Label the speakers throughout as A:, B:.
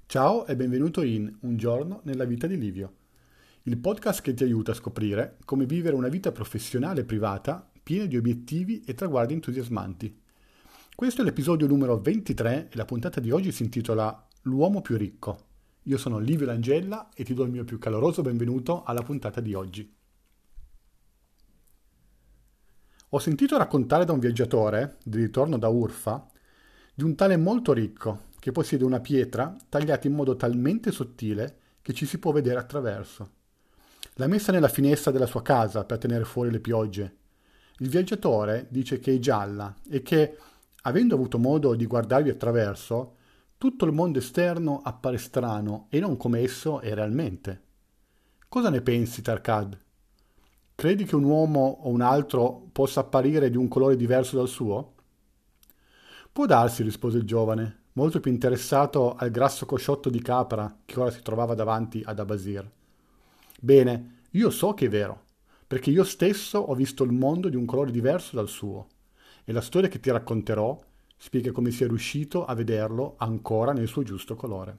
A: Ciao e benvenuto in Un giorno nella vita di Livio, il podcast che ti aiuta a scoprire come vivere una vita professionale e privata piena di obiettivi e traguardi entusiasmanti. Questo è l'episodio numero 23 e la puntata di oggi si intitola L'uomo più ricco. Io sono Livio Langella e ti do il mio più caloroso benvenuto alla puntata di oggi. Ho sentito raccontare da un viaggiatore, di ritorno da Urfa, di un tale molto ricco che possiede una pietra tagliata in modo talmente sottile che ci si può vedere attraverso. L'ha messa nella finestra della sua casa per tenere fuori le piogge. Il viaggiatore dice che è gialla e che, avendo avuto modo di guardarvi attraverso, tutto il mondo esterno appare strano e non come esso è realmente. Cosa ne pensi, Tarkad? Credi che un uomo o un altro possa apparire di un colore diverso dal suo? Può darsi, rispose il giovane, molto più interessato al grasso cosciotto di capra che ora si trovava davanti ad Abasir. Bene, io so che è vero, perché io stesso ho visto il mondo di un colore diverso dal suo, e la storia che ti racconterò spiega come sia riuscito a vederlo ancora nel suo giusto colore.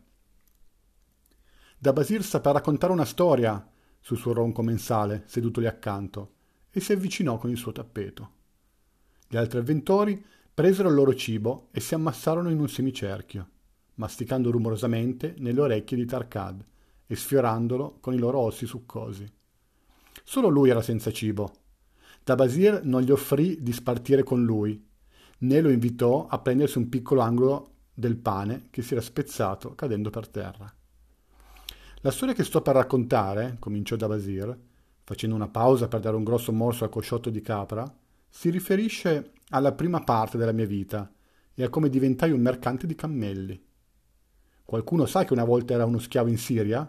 A: Dabasir saprà raccontare una storia, sussurrò un commensale, seduto lì accanto, e si avvicinò con il suo tappeto. Gli altri avventori presero il loro cibo e si ammassarono in un semicerchio, masticando rumorosamente nelle orecchie di Tarkad e sfiorandolo con i loro ossi succosi. Solo lui era senza cibo. Dabasir non gli offrì di spartire con lui, né lo invitò a prendersi un piccolo angolo del pane che si era spezzato cadendo per terra. La storia che sto per raccontare, cominciò Dabasir, facendo una pausa per dare un grosso morso al cosciotto di capra, si riferisce alla prima parte della mia vita e a come diventai un mercante di cammelli. Qualcuno sa che una volta era uno schiavo in Siria?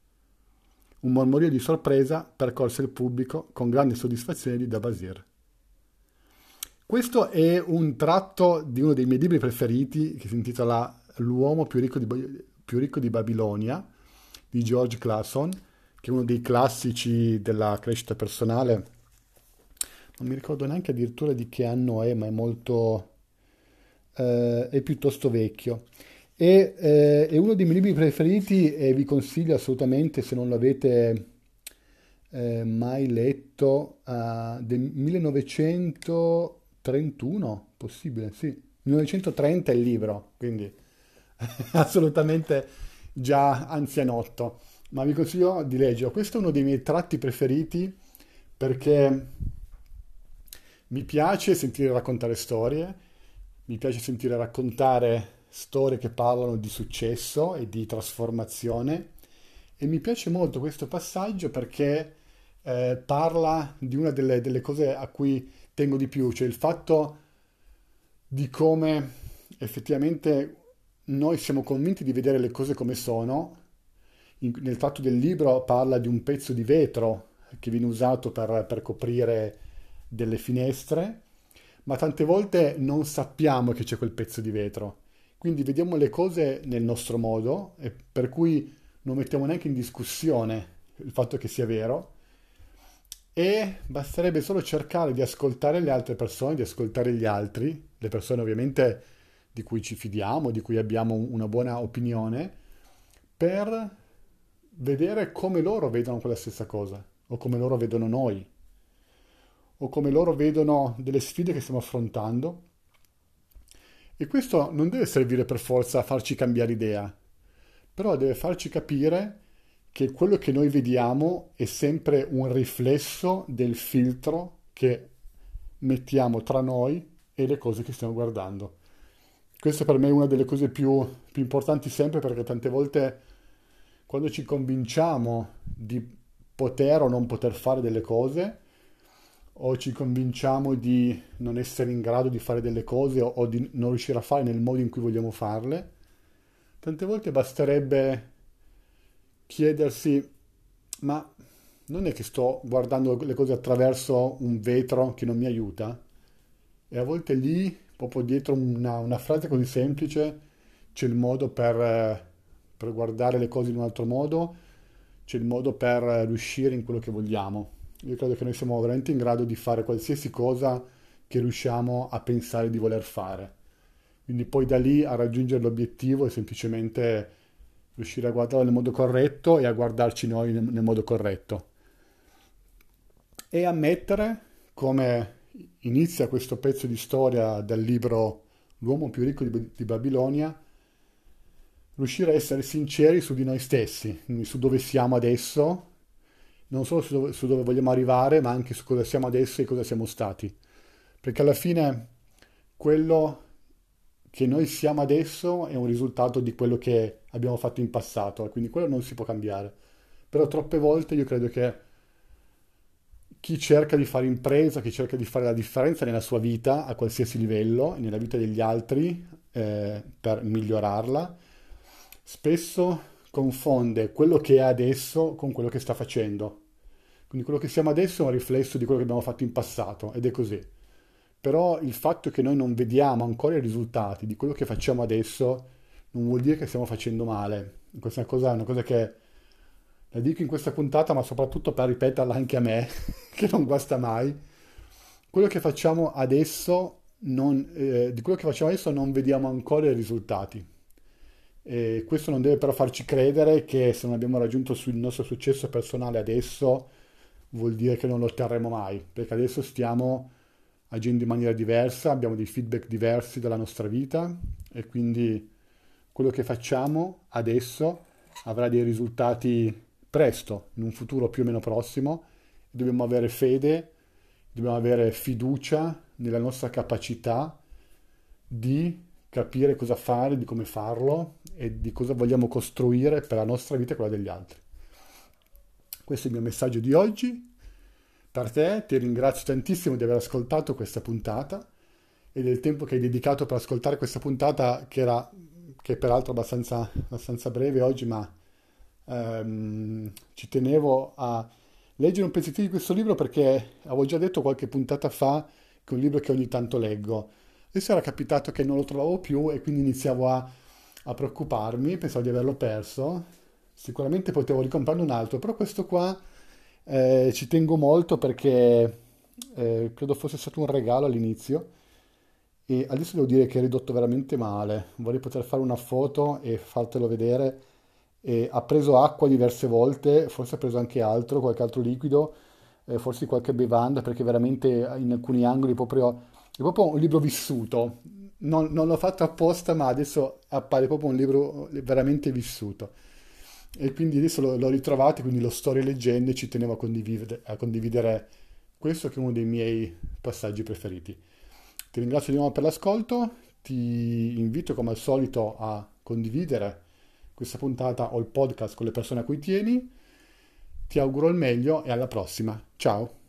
A: Un mormorio di sorpresa percorse il pubblico con grande soddisfazione di Dabasir. Questo è un tratto di uno dei miei libri preferiti che si intitola L'uomo più ricco di Babilonia di George Clason, che è uno dei classici della crescita personale. Non mi ricordo neanche addirittura di che anno è, ma è piuttosto vecchio. È uno dei miei libri preferiti e vi consiglio assolutamente, se non l'avete mai letto, del 1931, possibile, sì. 1930 è il libro, quindi assolutamente già anzianotto, ma vi consiglio di leggerlo. Questo è uno dei miei tratti preferiti perché mi piace sentire raccontare storie, mi piace sentire raccontare storie che parlano di successo e di trasformazione e mi piace molto questo passaggio perché parla di una delle cose a cui tengo di più, cioè il fatto di come effettivamente noi siamo convinti di vedere le cose come sono. Nel tratto del libro parla di un pezzo di vetro che viene usato per coprire delle finestre, ma tante volte non sappiamo che c'è quel pezzo di vetro. Quindi vediamo le cose nel nostro modo, e per cui non mettiamo neanche in discussione il fatto che sia vero, e basterebbe solo cercare di ascoltare le altre persone, di ascoltare gli altri, le persone ovviamente di cui ci fidiamo, di cui abbiamo una buona opinione, per vedere come loro vedono quella stessa cosa, o come loro vedono noi, o come loro vedono delle sfide che stiamo affrontando. E questo non deve servire per forza a farci cambiare idea, però deve farci capire che quello che noi vediamo è sempre un riflesso del filtro che mettiamo tra noi e le cose che stiamo guardando. Questa per me è una delle cose più importanti sempre, perché tante volte quando ci convinciamo di poter o non poter fare delle cose, o ci convinciamo di non essere in grado di fare delle cose o di non riuscire a fare nel modo in cui vogliamo farle, tante volte basterebbe chiedersi, ma non è che sto guardando le cose attraverso un vetro che non mi aiuta? E a volte lì, proprio dietro una frase così semplice, c'è il modo per guardare le cose in un altro modo, c'è il modo per riuscire in quello che vogliamo. Io credo che noi siamo veramente in grado di fare qualsiasi cosa che riusciamo a pensare di voler fare. Quindi poi da lì a raggiungere l'obiettivo è semplicemente riuscire a guardarlo nel modo corretto e a guardarci noi nel modo corretto. E ammettere come inizia questo pezzo di storia del libro L'uomo più ricco di Babilonia, riuscire a essere sinceri su di noi stessi, quindi su dove siamo adesso, non solo su dove vogliamo arrivare, ma anche su cosa siamo adesso e cosa siamo stati. Perché alla fine quello che noi siamo adesso è un risultato di quello che abbiamo fatto in passato, e quindi quello non si può cambiare. Però troppe volte io credo che chi cerca di fare impresa, chi cerca di fare la differenza nella sua vita a qualsiasi livello e nella vita degli altri per migliorarla, spesso confonde quello che è adesso con quello che sta facendo. Quindi quello che siamo adesso è un riflesso di quello che abbiamo fatto in passato ed è così. Però il fatto che noi non vediamo ancora i risultati di quello che facciamo adesso non vuol dire che stiamo facendo male. Questa cosa è una cosa che la dico in questa puntata, ma soprattutto per ripeterla anche a me, che non guasta mai. Quello che facciamo adesso di quello che facciamo adesso non vediamo ancora i risultati. E questo non deve però farci credere che se non abbiamo raggiunto il nostro successo personale adesso, vuol dire che non lo otterremo mai, perché adesso stiamo agendo in maniera diversa, abbiamo dei feedback diversi dalla nostra vita e quindi quello che facciamo adesso avrà dei risultati presto, in un futuro più o meno prossimo. Dobbiamo avere fede, dobbiamo avere fiducia nella nostra capacità di capire cosa fare, di come farlo e di cosa vogliamo costruire per la nostra vita e quella degli altri. Questo è il mio messaggio di oggi. Per te ti ringrazio tantissimo di aver ascoltato questa puntata e del tempo che hai dedicato per ascoltare questa puntata che è peraltro abbastanza breve oggi, ma ci tenevo a leggere un pezzettino di questo libro perché avevo già detto qualche puntata fa che è un libro che ogni tanto leggo. Adesso era capitato che non lo trovavo più e quindi iniziavo a preoccuparmi, pensavo di averlo perso. Sicuramente potevo ricomprarne un altro, però questo qua ci tengo molto perché credo fosse stato un regalo all'inizio e adesso devo dire che è ridotto veramente male. Vorrei poter fare una foto e fartelo vedere. E ha preso acqua diverse volte, forse ha preso anche altro, qualche altro liquido, forse qualche bevanda, perché veramente in alcuni angoli è proprio un libro vissuto. Non l'ho fatto apposta, ma adesso appare proprio un libro veramente vissuto. E quindi adesso l'ho ritrovato, quindi lo sto rileggendo e ci tenevo a condividere questo che è uno dei miei passaggi preferiti. Ti ringrazio di nuovo per l'ascolto, ti invito come al solito a condividere questa puntata o il podcast con le persone a cui tieni. Ti auguro il meglio e alla prossima. Ciao!